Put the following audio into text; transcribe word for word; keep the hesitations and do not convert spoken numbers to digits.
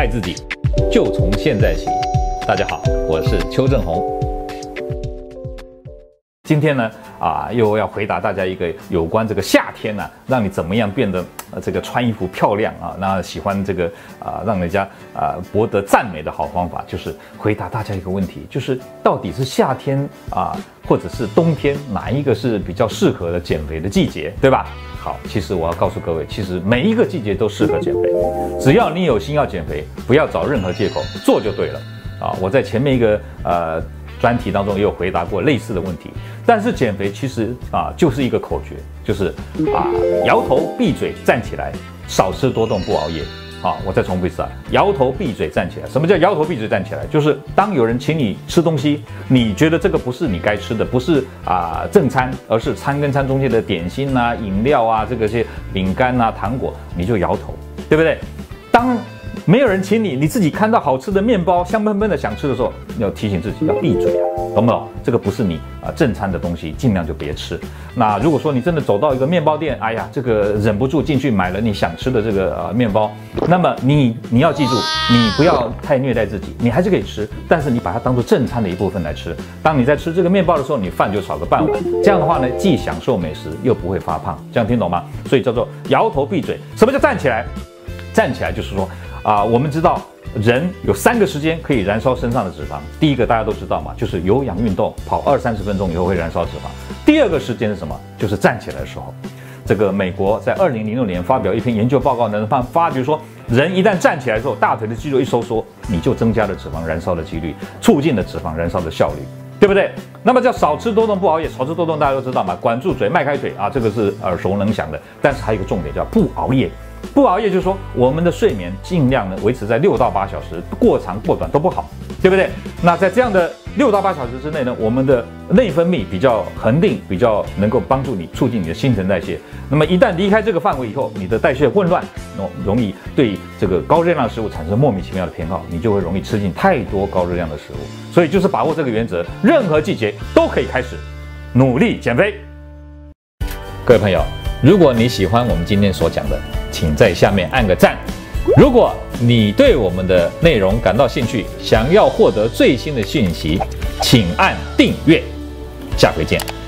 爱自己，就从现在起。大家好，我是邱正红。今天呢，啊，又要回答大家一个有关这个夏天呢、啊，让你怎么样变得、呃、这个穿衣服漂亮啊，那喜欢这个啊，让人家啊博得赞美的好方法，就是回答大家一个问题，就是到底是夏天啊，或者是冬天，哪一个是比较适合的减肥的季节，对吧？好，其实我要告诉各位，其实每一个季节都适合减肥，只要你有心要减肥，不要找任何借口，做就对了啊！我在前面一个呃。专题当中也有回答过类似的问题，但是减肥其实啊就是一个口诀，就是啊摇头闭嘴站起来，少吃多动不熬夜。好，我再重复一次啊，摇头闭嘴站起来。什么叫摇头闭嘴站起来？就是当有人请你吃东西，你觉得这个不是你该吃的，不是啊正餐，而是餐跟餐中间的点心啊、饮料啊、这个些饼干啊、糖果，你就摇头，对不对？当没有人请你，你自己看到好吃的面包，香喷喷的想吃的时候，要提醒自己要闭嘴啊，懂不懂？这个不是你啊、呃、正餐的东西，尽量就别吃。那如果说你真的走到一个面包店，哎呀，这个忍不住进去买了你想吃的这个呃面包，那么你你要记住，你不要太虐待自己，你还是可以吃，但是你把它当做正餐的一部分来吃。当你在吃这个面包的时候，你饭就少个半碗，这样的话呢，既享受美食又不会发胖，这样听懂吗？所以叫做摇头闭嘴。什么叫站起来？站起来就是说。啊，我们知道人有三个时间可以燃烧身上的脂肪。第一个大家都知道嘛，就是有氧运动，跑二三十分钟以后会燃烧脂肪。第二个时间是什么？就是站起来的时候。这个美国在二零零六年发表一篇研究报告呢，发发觉说，人一旦站起来之后，大腿的肌肉一收缩，你就增加了脂肪燃烧的几率，促进了脂肪燃烧的效率，对不对？那么叫少吃多动不熬夜，少吃多动大家都知道嘛，管住嘴，迈开腿啊，这个是耳熟能详的。但是还有一个重点叫不熬夜。不熬夜就是说，我们的睡眠尽量呢维持在六到八小时，过长过短都不好，对不对？那在这样的六到八小时之内呢，我们的内分泌比较恒定，比较能够帮助你促进你的新陈代谢。那么一旦离开这个范围以后，你的代谢混乱，容易对这个高热量食物产生莫名其妙的偏好，你就会容易吃进太多高热量的食物。所以就是把握这个原则，任何季节都可以开始努力减肥。各位朋友，如果你喜欢我们今天所讲的，请在下面按个赞。如果你对我们的内容感到兴趣，想要获得最新的讯息，请按订阅。下回见。